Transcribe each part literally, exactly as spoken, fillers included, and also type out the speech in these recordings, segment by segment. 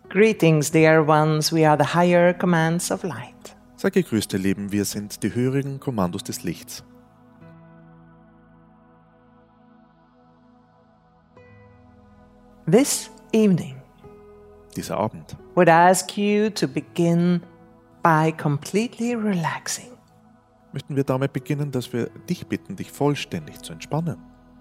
Greetings, dear ones, we are the higher commands of light. Sei gegrüßt, ihr Lieben, wir sind die höheren Kommandos des Lichts. This evening, Dieser Abend would ask you to begin by completely relaxing. möchten wir damit beginnen, dass wir dich bitten, dich vollständig zu entspannen.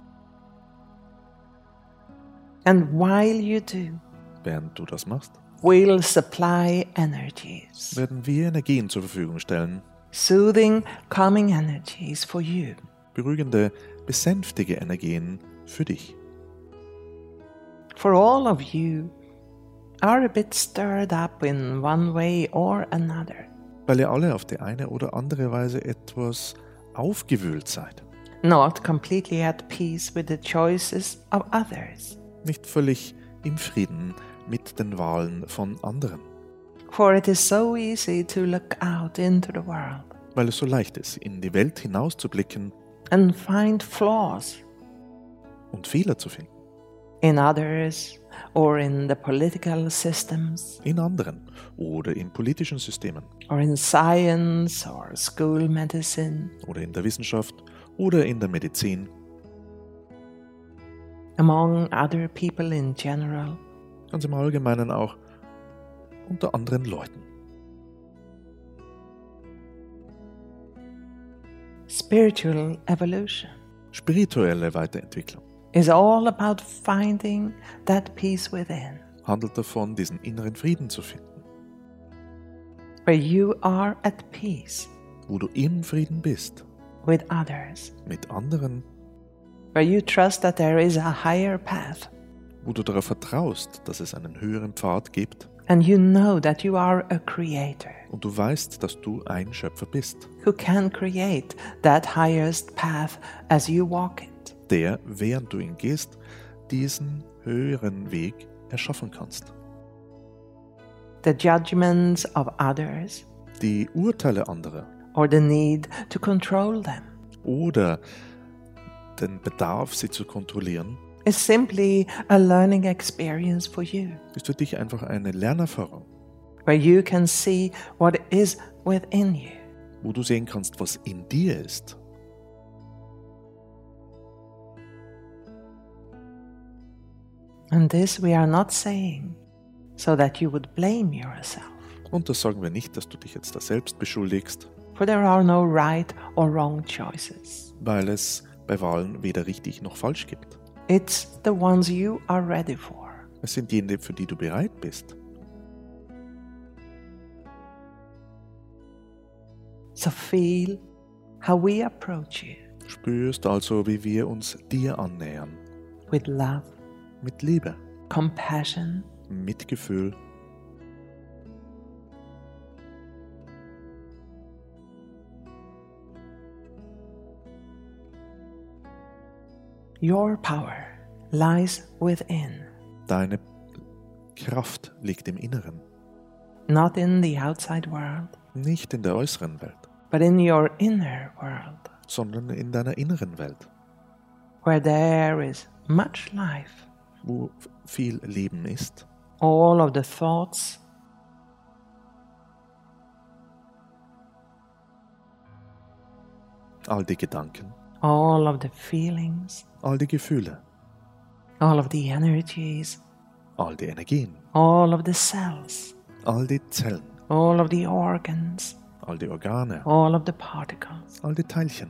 And while you do, Während du das machst, we'll supply energies, werden wir Energien zur Verfügung stellen, soothing, calming energies for you. beruhigende, besänftige Energien für dich. For all of you are a bit stirred up in one way or another. Weil ihr alle auf die eine oder andere Weise etwas aufgewühlt seid. Not completely at peace with the choices of others. Nicht völlig im Frieden mit den Wahlen von anderen. For it is so easy to look out into the world Weil es so leicht ist, in die Welt hinauszublicken and find flaws und Fehler zu finden. in others or in the political systems In anderen oder in politischen Systemen or in science or school medicine, oder in der Wissenschaft oder in der Medizin, among other people in general. ganz im Allgemeinen auch unter anderen Leuten. Spiritual evolution Spirituelle Weiterentwicklung is all about finding that peace within, handelt davon, diesen inneren Frieden zu finden, where you are at peace wo du im Frieden bist, with others, mit anderen, where you trust that there is a higher path, wo du darauf vertraust, dass es einen höheren Pfad gibt and you know that you are a creator und du weißt, dass du ein Schöpfer bist, who can create that highest path as you walk it. der, während du ihn gehst, diesen höheren Weg erschaffen kannst. The judgments of others Die Urteile anderer or the need to control them oder den Bedarf, sie zu kontrollieren, is simply a learning experience for you, ist für dich einfach eine Lernerfahrung, where you can see what is within you. wo du sehen kannst, was in dir ist. And this we are not saying so that you would blame yourself, Und das sagen wir nicht, dass du dich jetzt da selbst beschuldigst, for there are no right or wrong choices. weil es bei Wahlen weder richtig noch falsch gibt. It's the ones you are ready for. Es sind jene, für die du bereit bist. So feel how we approach you Spürst also, wie wir uns dir annähern. with love, Mit Liebe, compassion, Mitgefühl, your power lies within, deine Kraft liegt im Inneren, not in the outside world, nicht in der äußeren Welt, but in your inner world, sondern in deiner inneren Welt, where there is much life. wo viel Leben ist. All of the thoughts, All die Gedanken, all of the feelings, all die Gefühle, all of the energies, all die Energien, all of the cells, all die Zellen, all of the organs, all die Organe, all of the particles. all die Teilchen.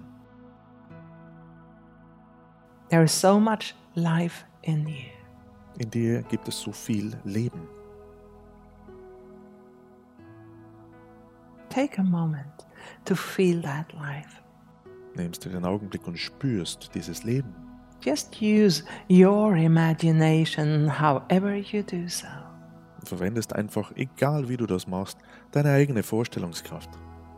There is so much life in you. In dir gibt es so viel Leben. Take a moment to feel that life. Nimmst du den Augenblick und spürst dieses Leben. Just use your imagination however you do so. Und verwendest einfach, egal wie du das machst, deine eigene Vorstellungskraft.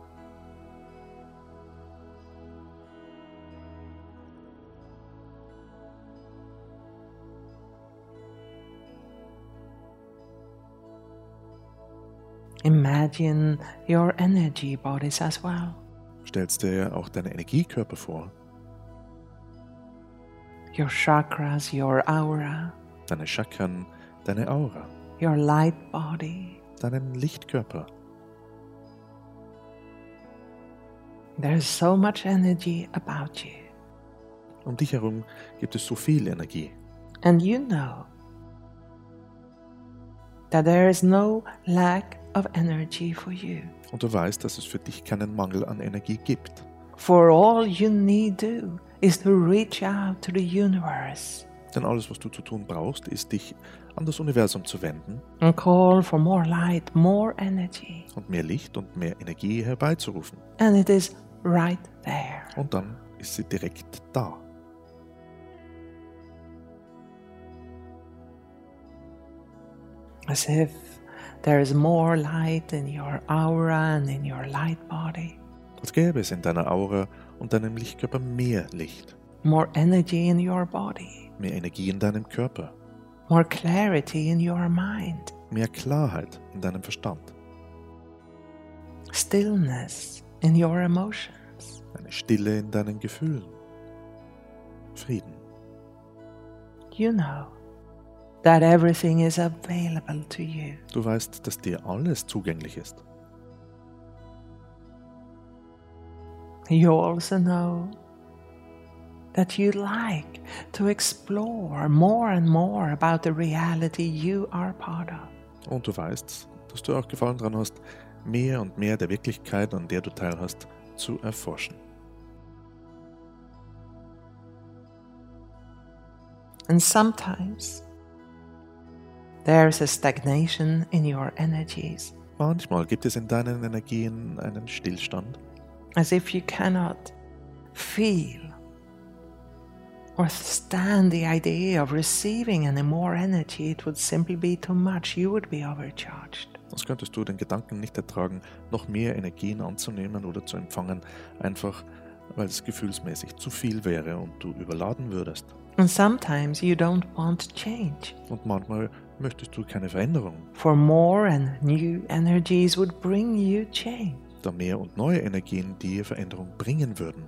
Imagine your energy bodies as well. Stellst dir auch deine Energiekörper vor, Your chakras, your aura, deine Chakren, deine Aura, your light body. deinen Lichtkörper. There's so much energy about you. Um dich herum gibt es so viel Energie. And you know that there is no lack of energy for you. Und du weißt, dass es für dich keinen Mangel an Energie gibt. For all you need do is to reach out to the universe Denn alles, was du zu tun brauchst, ist, dich an das Universum zu wenden and call for more light, more energy. und mehr Licht und mehr Energie herbeizurufen. And it is right there. Und dann ist sie direkt da. As if there is more light in your aura and in your light body. Als gäbe es in deiner Aura und deinem Lichtkörper mehr Licht, More energy in your body. mehr Energie in deinem Körper, More clarity in your mind. mehr Klarheit in deinem Verstand, Stillness in your emotions. eine Stille in deinen Gefühlen, Frieden. You know that everything is available to you. Du weißt, dass dir alles zugänglich ist. You also know that you like to explore more and more about the reality you are part of. Und du weißt, dass du auch Gefallen daran hast, mehr und mehr der Wirklichkeit, an der du teilhast, zu erforschen. And sometimes there's a stagnation in your energies, Manchmal gibt es in deinen Energien einen Stillstand, as if you cannot feel or stand the idea of receiving any more energy. It would simply be too much. You would be overcharged. als könntest du den Gedanken nicht ertragen, noch mehr Energien anzunehmen oder zu empfangen, einfach weil es gefühlsmäßig zu viel wäre und du überladen würdest. And sometimes you don't want change, Und manchmal möchtest du keine Veränderung, for more and new energies would bring you change. da mehr und neue Energien dir Veränderung bringen würden.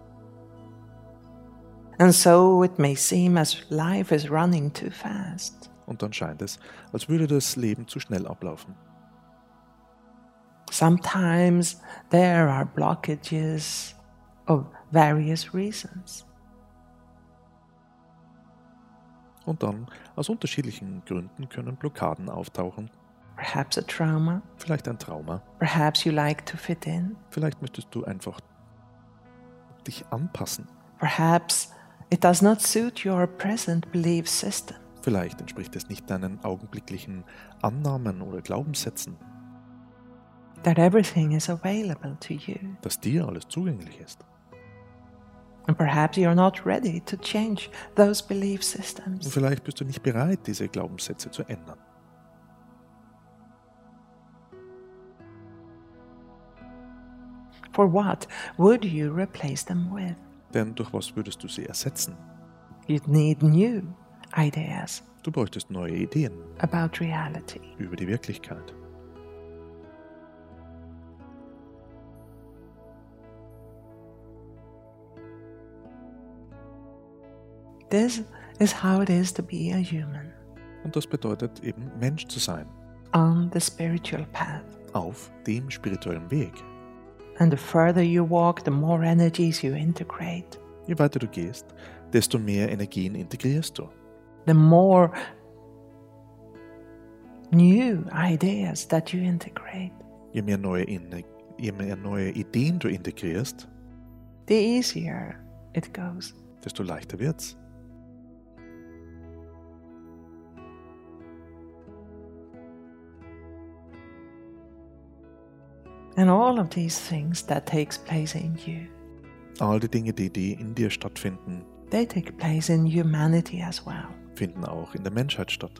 And so it may seem as life is running too fast. Und dann scheint es, als würde das Leben zu schnell ablaufen. Sometimes there are blockages of various reasons. Und dann, aus unterschiedlichen Gründen, können Blockaden auftauchen. Perhaps a trauma, Vielleicht ein Trauma, perhaps you like to fit in, vielleicht möchtest du einfach dich anpassen. perhaps it does not suit your present belief system. Vielleicht entspricht es nicht deinen augenblicklichen Annahmen oder Glaubenssätzen, That everything is available to you. dass dir alles zugänglich ist. And perhaps you're not ready to change those belief Und systems. vielleicht bist du nicht bereit, diese Glaubenssätze zu ändern. For what would you replace them with? Denn durch was würdest du sie ersetzen? You'd need new ideas Du bräuchtest neue Ideen about reality. über die Wirklichkeit. This is how it is to be a human Und das bedeutet eben Mensch zu sein, on the spiritual path. auf dem spirituellen Weg. And the further you walk, the more energies you integrate, Je weiter du gehst, desto mehr Energien integrierst du. the more new ideas that you integrate, Je mehr neue, Ine- je mehr neue Ideen du integrierst, the easier it goes. desto leichter wird's. And all of these things that takes place in you, All die Dinge, die, die in dir stattfinden, they take place in humanity as well. finden auch in der Menschheit statt.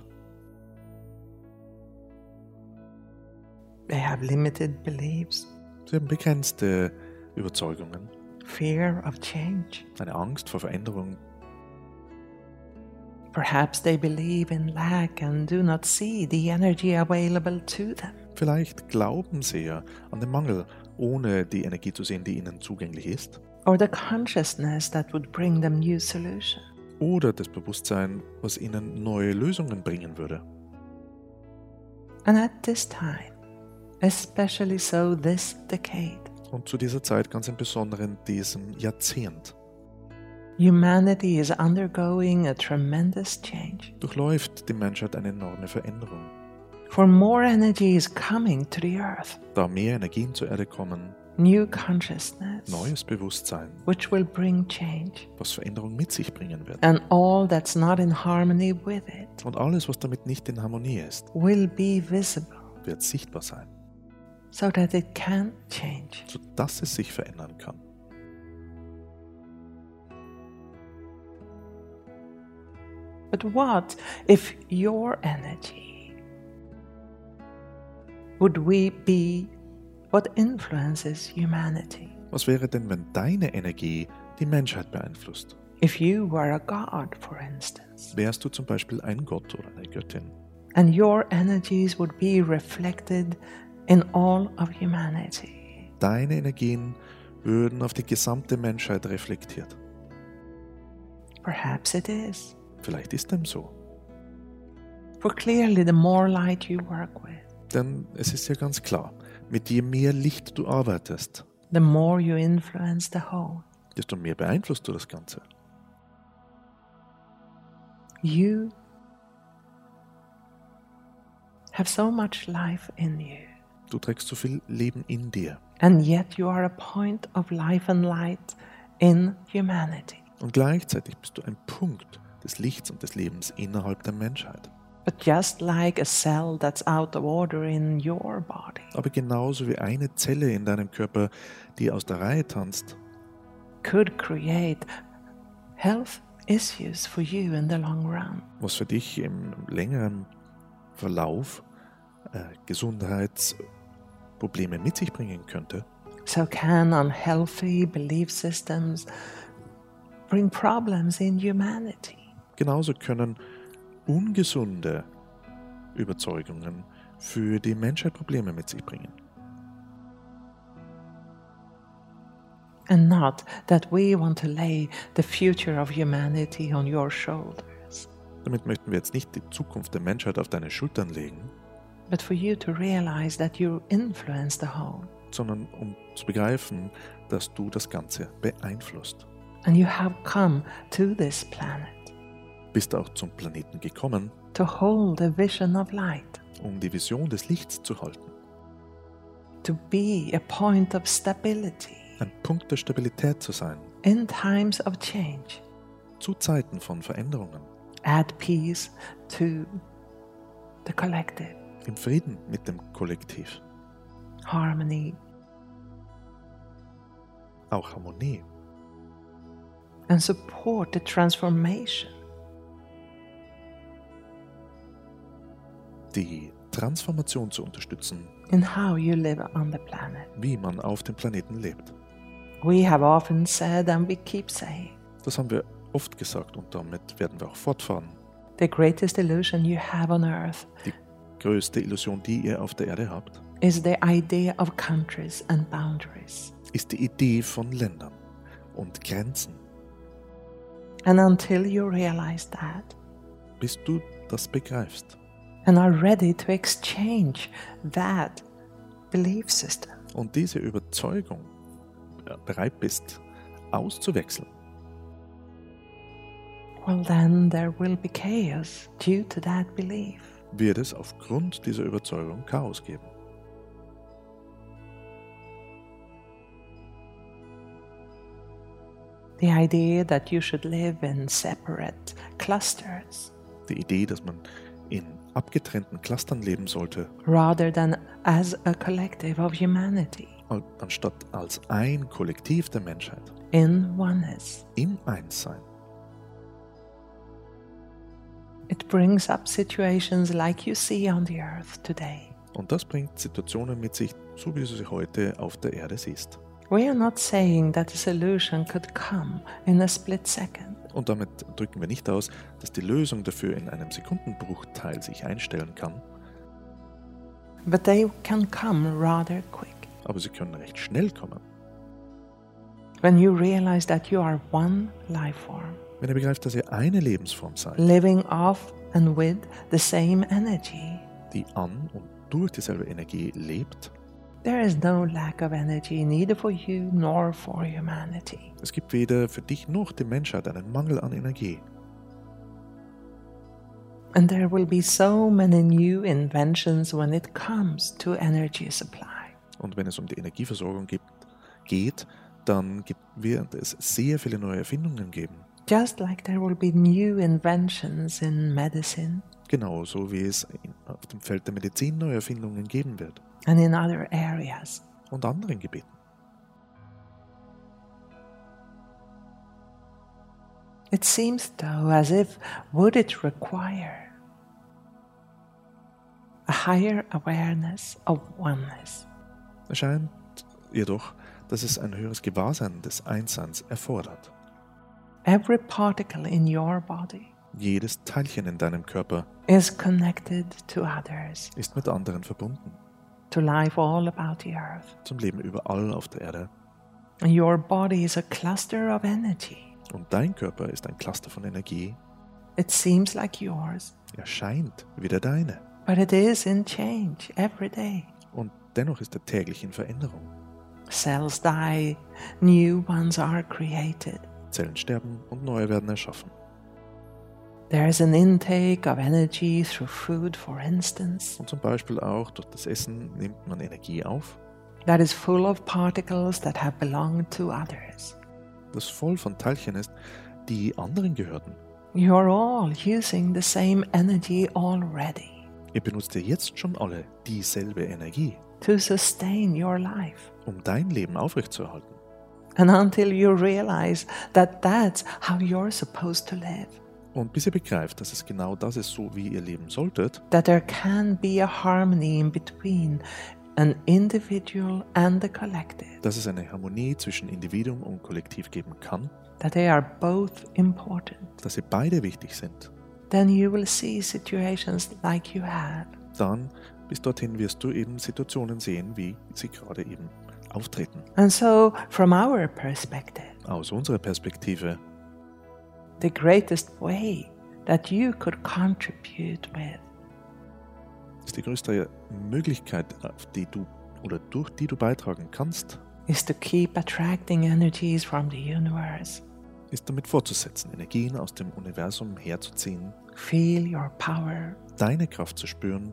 They have limited beliefs, Sie haben begrenzte Überzeugungen, fear of change. eine Angst vor Veränderung. Perhaps they believe in lack and do not see the energy available to them. Vielleicht glauben sie ja an den Mangel, ohne die Energie zu sehen, die ihnen zugänglich ist. Or the consciousness that would bring them new solutions. Oder das Bewusstsein, was ihnen neue Lösungen bringen würde. And at this time, especially so this decade, Und zu dieser Zeit, ganz im Besonderen diesem Jahrzehnt, humanity is undergoing a tremendous change. durchläuft die Menschheit eine enorme Veränderung. For more energy is coming to the earth, Da mehr Energien zur Erde kommen, new consciousness, neues Bewusstsein, which will bring change, was Veränderung mit sich bringen wird. and all that's not in harmony with it Und alles, was damit nicht in Harmonie ist, will be visible, wird sichtbar sein, so that it can change. sodass es sich verändern kann. But what if your energy would we be what influences humanity? Was wäre denn, wenn deine Energie die Menschheit beeinflusst? If you were a god, for instance, Wärst du zum Beispiel ein Gott oder eine Göttin? and your energies would be reflected in all of humanity. Deine Energien würden auf die gesamte Menschheit reflektiert. Perhaps it is. Vielleicht ist dem so. For clearly, the more light you work with, Denn es ist ja ganz klar, mit je mehr Licht du arbeitest, the more you influence the whole. desto mehr beeinflusst du das Ganze. You have so much life in you, Du trägst so viel Leben in dir. and yet you are a point of life and light in humanity. Und gleichzeitig bist du ein Punkt des Lichts und des Lebens innerhalb der Menschheit. But just like a cell that's out of order in your body Aber genauso wie eine Zelle in deinem Körper, die aus der Reihe tanzt, could create health issues for you in the long run, was für dich im längeren Verlauf äh, Gesundheitsprobleme mit sich bringen könnte, so can unhealthy belief systems bring problems in humanity. genauso können ungesunde Überzeugungen für die Menschheit Probleme mit sich bringen. And not that we want to lay the future of humanity on your shoulders, Damit möchten wir jetzt nicht die Zukunft der Menschheit auf deine Schultern legen, but for you to realize that you influence the whole. sondern um zu begreifen, dass du das Ganze beeinflusst. And you have come to this planet Bist auch zum Planeten gekommen, to hold a vision of light, um die Vision des Lichts zu halten. to be a point of stability Ein Punkt der Stabilität zu sein, in times of change, zu Zeiten von Veränderungen, at peace to the collective, im Frieden mit dem Kollektiv, harmony, auch Harmonie, and support the transformation die Transformation zu unterstützen, in how you live on the planet. wie man auf dem Planeten lebt. We have often said, and we keep saying, Das haben wir oft gesagt und damit werden wir auch fortfahren. the greatest illusion you have on earth Die größte Illusion, die ihr auf der Erde habt, is the idea of countries and boundaries. ist die Idee von Ländern und Grenzen. And until you realize that Bis du das begreifst and are ready to exchange that belief system, und diese Überzeugung äh, bereit bist auszuwechseln, well, then there will be chaos due to that belief. wird es aufgrund dieser Überzeugung Chaos geben. The idea that you should live in separate clusters Die Idee, dass man in abgetrennten Clustern leben sollte, rather than as a collective of humanity an- anstatt als ein Kollektiv der Menschheit, in oneness. im Einssein. It brings up situations like you see on the earth today. Und das bringt Situationen mit sich, so wie du sie heute auf der Erde siehst. We are not saying that a solution could come in a split second, Und damit drücken wir nicht aus, dass die Lösung dafür in einem Sekundenbruchteil sich einstellen kann, but they can come rather quick. aber sie können recht schnell kommen. When you realize that you are one life form, Wenn ihr begreift, dass ihr eine Lebensform seid, living off and with the same energy, die an und durch dieselbe Energie lebt. there is no lack of energy, neither for you nor for humanity. Es gibt weder für dich noch die Menschheit einen Mangel an Energie. And there will be so many new inventions when it comes to energy supply. Und wenn es um die Energieversorgung gibt, geht, dann gibt, wird es sehr viele neue Erfindungen geben. Just like there will be new inventions in medicine Genauso wie es in, auf dem Feld der Medizin neue Erfindungen geben wird. and in other areas. Und anderen Gebieten. It seems though as if would it require a higher awareness of oneness. Es scheint jedoch, dass es ein höheres Gewahrsein des Einsseins erfordert. Every particle in your body Jedes Teilchen in deinem Körper is connected to others, ist mit anderen verbunden, to life all about the earth. zum Leben überall auf der Erde. And your body is a cluster of energy. Und dein Körper ist ein Cluster von Energie. It seems like yours, Er scheint wie der deine. but it is in change every day. Und dennoch ist er täglich in Veränderung. Cells die, new ones are created. Zellen sterben und neue werden erschaffen. There is an intake of energy through food, for instance, Und zum Beispiel auch durch das Essen nimmt man Energie auf, that is full of particles that have belonged to others. das voll von Teilchen ist, die anderen gehörten. You're all using the same energy already Ihr benutzt ja jetzt schon alle dieselbe Energie, to sustain your life. um dein Leben aufrechtzuerhalten. And until you realize that that's how you're supposed to live, Und bis ihr begreift, dass es genau das ist, so wie ihr leben solltet, that there can be a harmony in between an individual and the collective, dass es eine Harmonie zwischen Individuum und Kollektiv geben kann, that they are both important, dass sie beide wichtig sind, then you will see situations like you have. dann bis dorthin wirst du eben Situationen sehen, wie sie gerade eben auftreten. And so, from our perspective, Aus unserer Perspektive the greatest way that you could contribute with ist die größte Möglichkeit, auf die du oder durch die du beitragen kannst, is to keep attracting energies from the universe. ist damit fortzusetzen, Energien aus dem Universum herzuziehen, Feel your power, deine Kraft zu spüren,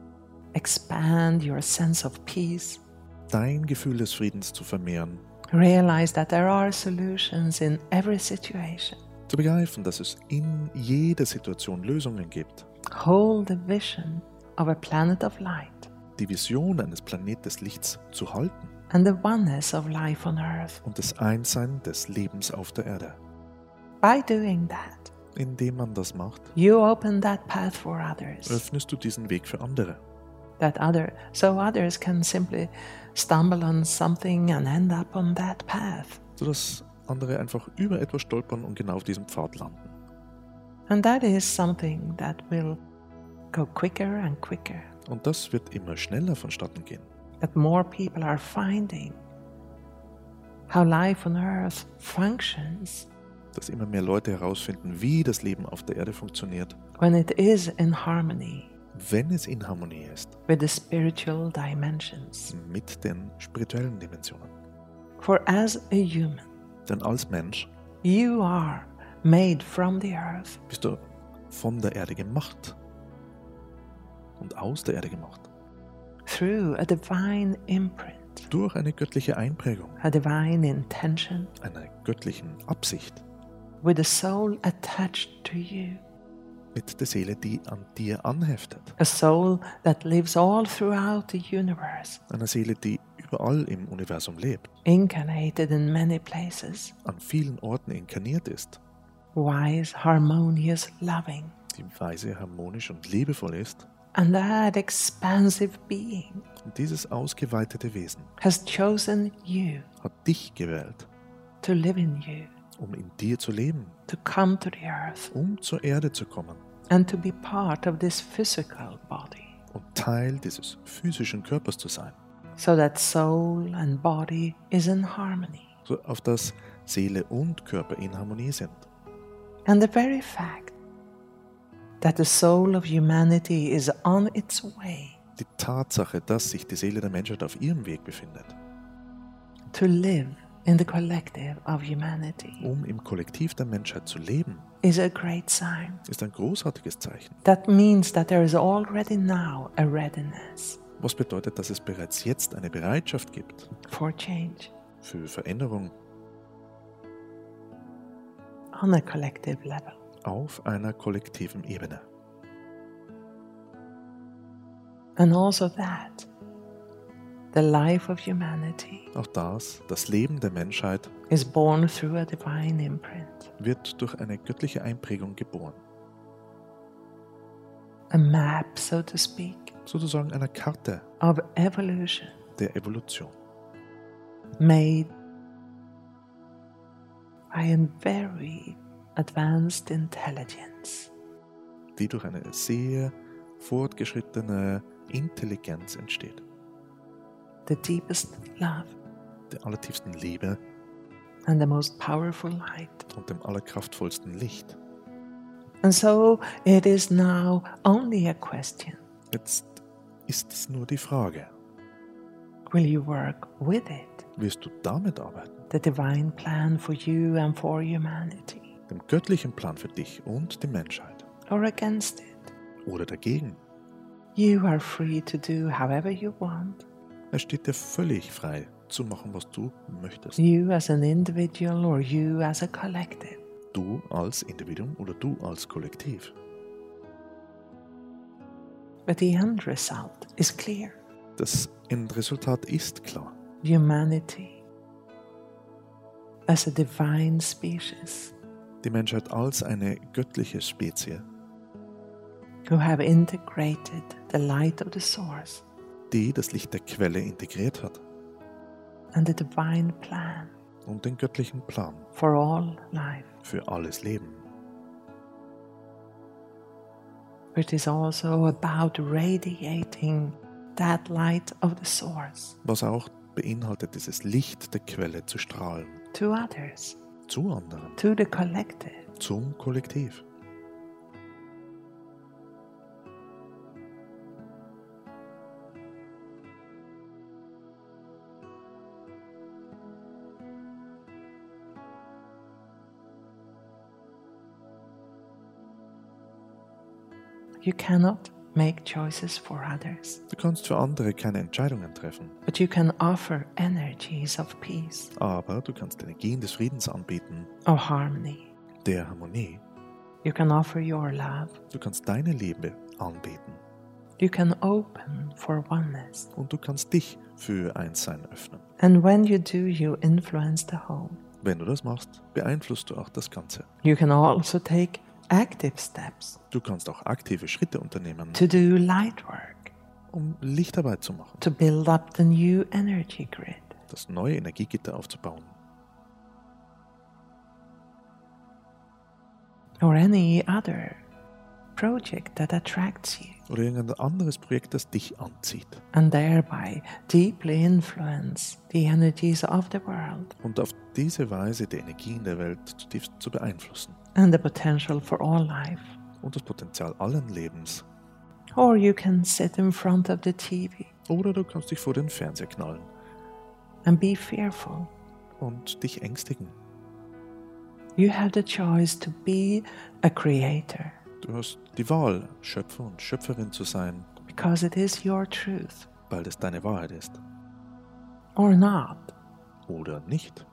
expand your sense of peace, dein Gefühl des Friedens zu vermehren, realize that there are solutions in every situation. zu begreifen, dass es in jeder Situation Lösungen gibt, Hold the vision of a planet of light die Vision eines Planet des Lichts zu halten and the oneness of life on earth. und das Einssein des Lebens auf der Erde. By doing that, Indem man das macht, you open that path for others, öffnest du diesen Weg für andere, that other so others can simply stumble on something and end up on that path. sodass andere einfach über etwas stolpern und genau auf diesem Pfad landen. And that is something that will go quicker and quicker, Und das wird immer schneller vonstatten gehen, that more people are finding how life on earth functions dass immer mehr Leute herausfinden, wie das Leben auf der Erde funktioniert, when it is in harmony wenn es in Harmonie ist with the spiritual dimensions. mit den spirituellen Dimensionen. For as a human, Denn als Mensch you are made from the earth, bist du von der Erde gemacht und aus der Erde gemacht, through a divine imprint, durch eine göttliche Einprägung, a divine intention, einer göttlichen Absicht, with a soul attached to you, mit der Seele, die an dir anheftet, a soul that lives all throughout the universe, einer Seele, die überall im Universum lebt, incarnated in many places, an vielen Orten inkarniert ist, wise, harmonious, loving. die weise, harmonisch und liebevoll ist. And that expansive being Und dieses ausgeweitete Wesen has chosen you hat dich gewählt, to live in you, um in dir zu leben, to come to the earth, um zur Erde zu kommen and to be part of this physical body, und Teil dieses physischen Körpers zu sein, so that soul and body is in harmony. so auf das Seele und Körper in Harmonie sind. And the very fact that the soul of humanity is on its way die Tatsache, dass sich die Seele der Menschheit auf ihrem Weg befindet, to live in the collective of humanity, um im Kollektiv der Menschheit zu leben, is a great sign. ist ein großartiges Zeichen. That means that there is already now a readiness Was bedeutet, dass es bereits jetzt eine Bereitschaft gibt for change für Veränderung on a collective level. auf einer kollektiven Ebene. And also that the life of humanity Auch das, das Leben der Menschheit, is born through a divine imprint, wird durch eine göttliche Einprägung geboren. a map, so to speak, Sozusagen einer Karte of evolution der Evolution, made by a very advanced intelligence. die durch eine sehr fortgeschrittene Intelligenz entsteht, The deepest love der allertiefsten Liebe and the most powerful light. und dem allerkraftvollsten Licht. And so it is now only a question. Jetzt ist es nur die Frage, Will you work with it? wirst du damit arbeiten, The divine plan for you and for humanity, dem göttlichen Plan für dich und die Menschheit, or against it? oder dagegen? You are free to do however you want. Es steht dir völlig frei, zu machen, was du möchtest. You as an individual or you as a collective. Du als Individuum oder du als Kollektiv. But the end result is clear. Das Endresultat ist klar. Humanity as a divine species Die Menschheit als eine göttliche Spezie, who have integrated the light of the source die das Licht der Quelle integriert hat and the divine plan und den göttlichen Plan for all life, für alles Leben, which is also about radiating that light of the source was auch beinhaltet, dieses Licht der Quelle zu strahlen, to others, zu anderen, to the collective. zum Kollektiv. You cannot make choices for others, Du kannst für andere keine Entscheidungen treffen, but you can offer energies of peace, aber du kannst Energien des Friedens anbieten, of harmony. der Harmonie. You can offer your love. Du kannst deine Liebe anbieten You can open for oneness. und du kannst dich für Einssein öffnen. And when you do, you influence the whole. Wenn du das machst, beeinflusst du auch das Ganze. You can also take active steps Du kannst auch aktive Schritte unternehmen, to do light work, um Lichtarbeit zu machen, to build up the new energy grid. das neue Energiegitter aufzubauen Or any other project that attracts you oder irgendein anderes Projekt, das dich anzieht and thereby deeply influence the energies of the world und auf diese Weise die Energien der Welt zutiefst zu beeinflussen and the potential for all life. und das Potenzial allen Lebens. Or you can sit in front of the T V Oder du kannst dich vor den Fernseher knallen and be fearful. und dich ängstigen. You have the choice to be a creator Du hast die Wahl, Schöpfer und Schöpferin zu sein, because it is your truth, weil es deine Wahrheit ist. or not. Oder nicht.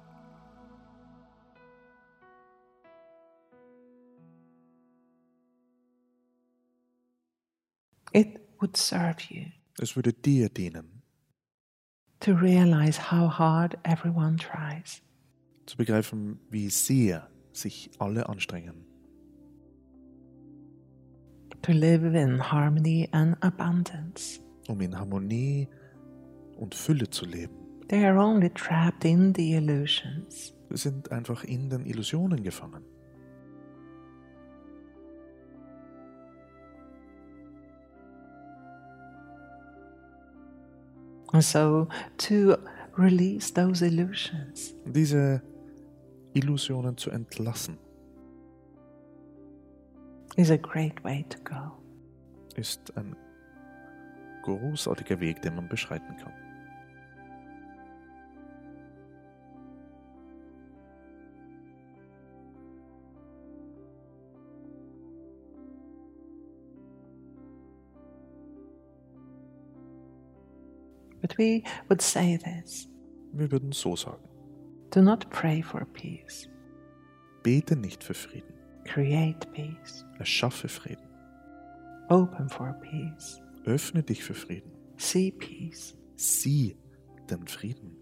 It would serve you Es würde dir dienen, to realize how hard everyone tries, zu begreifen, wie sehr sich alle anstrengen, to live in harmony and abundance. um in Harmonie und Fülle zu leben. They are only trapped in the illusions. Wir sind einfach in den Illusionen gefangen. And so to release those illusions Diese Illusionen zu entlassen, is a great way to go. ist ein großartiger Weg, den man beschreiten kann. But we would say this: Wir würden so sagen: do not pray for peace, Bete nicht für Frieden, create peace. erschaffe Frieden, Open for peace, öffne dich für Frieden, see peace. sieh den Frieden.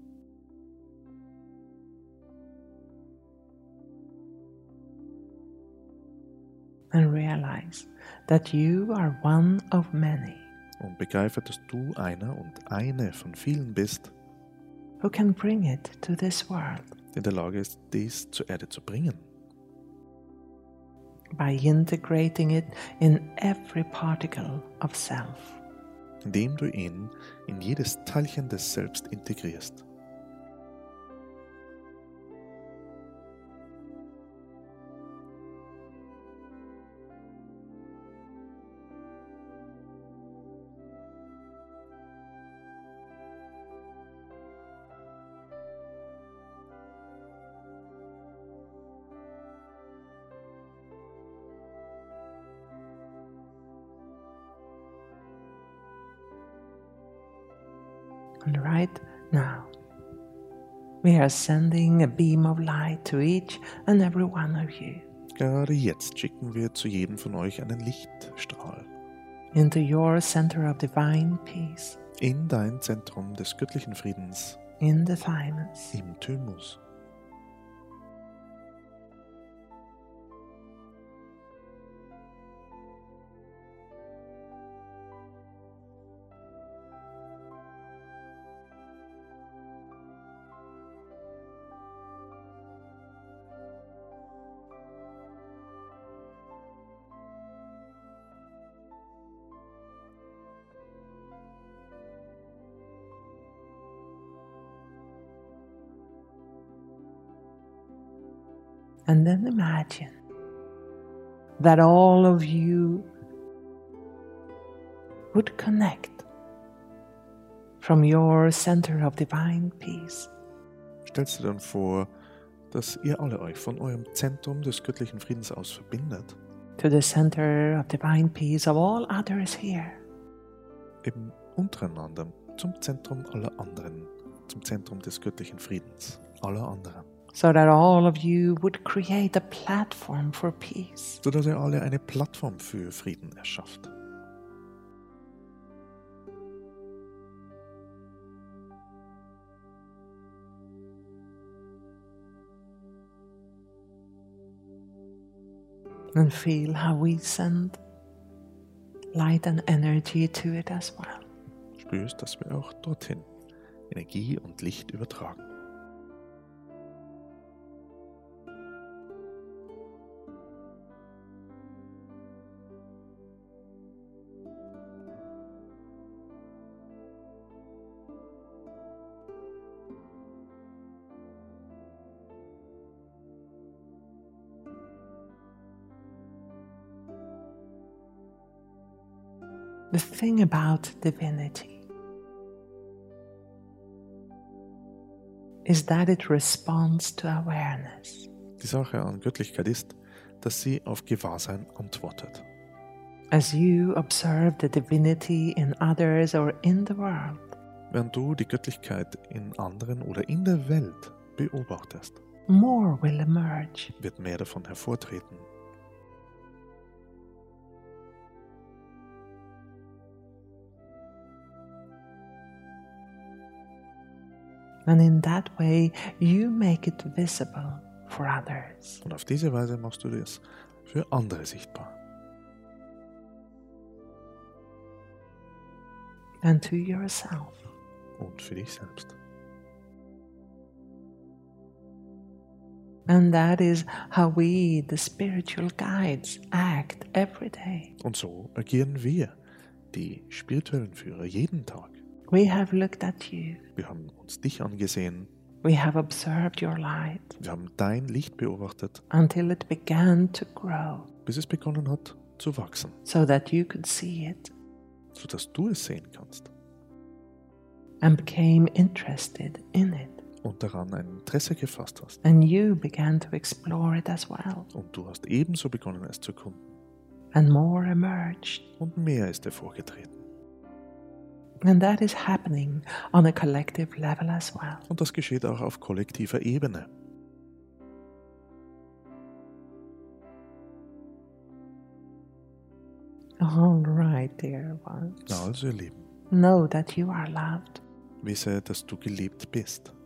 And realize that you are one of many Und begreife, dass du einer und eine von vielen bist, who can bring it to this world die in der Lage ist, dies zur Erde zu bringen, by integrating it in every particle of self. indem du ihn in jedes Teilchen des Selbst integrierst. And right now, we are sending a beam of light to each and every one of you Gerade jetzt schicken wir zu jedem von euch einen Lichtstrahl into your center of divine peace in dein Zentrum des göttlichen Friedens in the thymus. im Thymus. And then imagine that all of you would connect from your center of divine peace Stellst du dir dann vor, dass ihr alle euch von eurem Zentrum des göttlichen Friedens aus verbindet, to the center of divine peace of all others here. eben untereinander zum Zentrum aller anderen, zum Zentrum des göttlichen Friedens aller anderen, So that all of you would create a platform for peace. sodass ihr alle eine Plattform für Frieden erschafft. And feel how we send light and energy to it as well. Spürst, dass wir auch dorthin Energie und Licht übertragen. The thing about divinity is that it responds to awareness. Die Sache an Göttlichkeit ist, dass sie auf Gewahrsein antwortet. As you observe the divinity in others or in the world, Während du die Göttlichkeit in anderen oder in der Welt beobachtest, more will emerge. wird mehr davon hervortreten. And in that way, you make it visible for others. Und auf diese Weise machst du das für andere sichtbar. And to yourself. Und für dich selbst. And that is how we, the spiritual guides, act every day. Und so agieren wir, die spirituellen Führer, jeden Tag. We have looked at you. Wir haben uns dich angesehen, We have observed your light wir haben dein Licht beobachtet, until it began to grow bis es begonnen hat zu wachsen, so that you could see it. sodass du es sehen kannst and became interested in it. und daran ein Interesse gefasst hast. And you began to explore it as well. Und du hast ebenso begonnen, es zu erkunden. And more emerged. Und mehr ist hervorgetreten. And that is happening on a collective level as well. Und das geschieht auch auf kollektiver Ebene. All right, dear ones. Na also, ihr Lieben, Know that you are loved. wisse, dass du geliebt bist.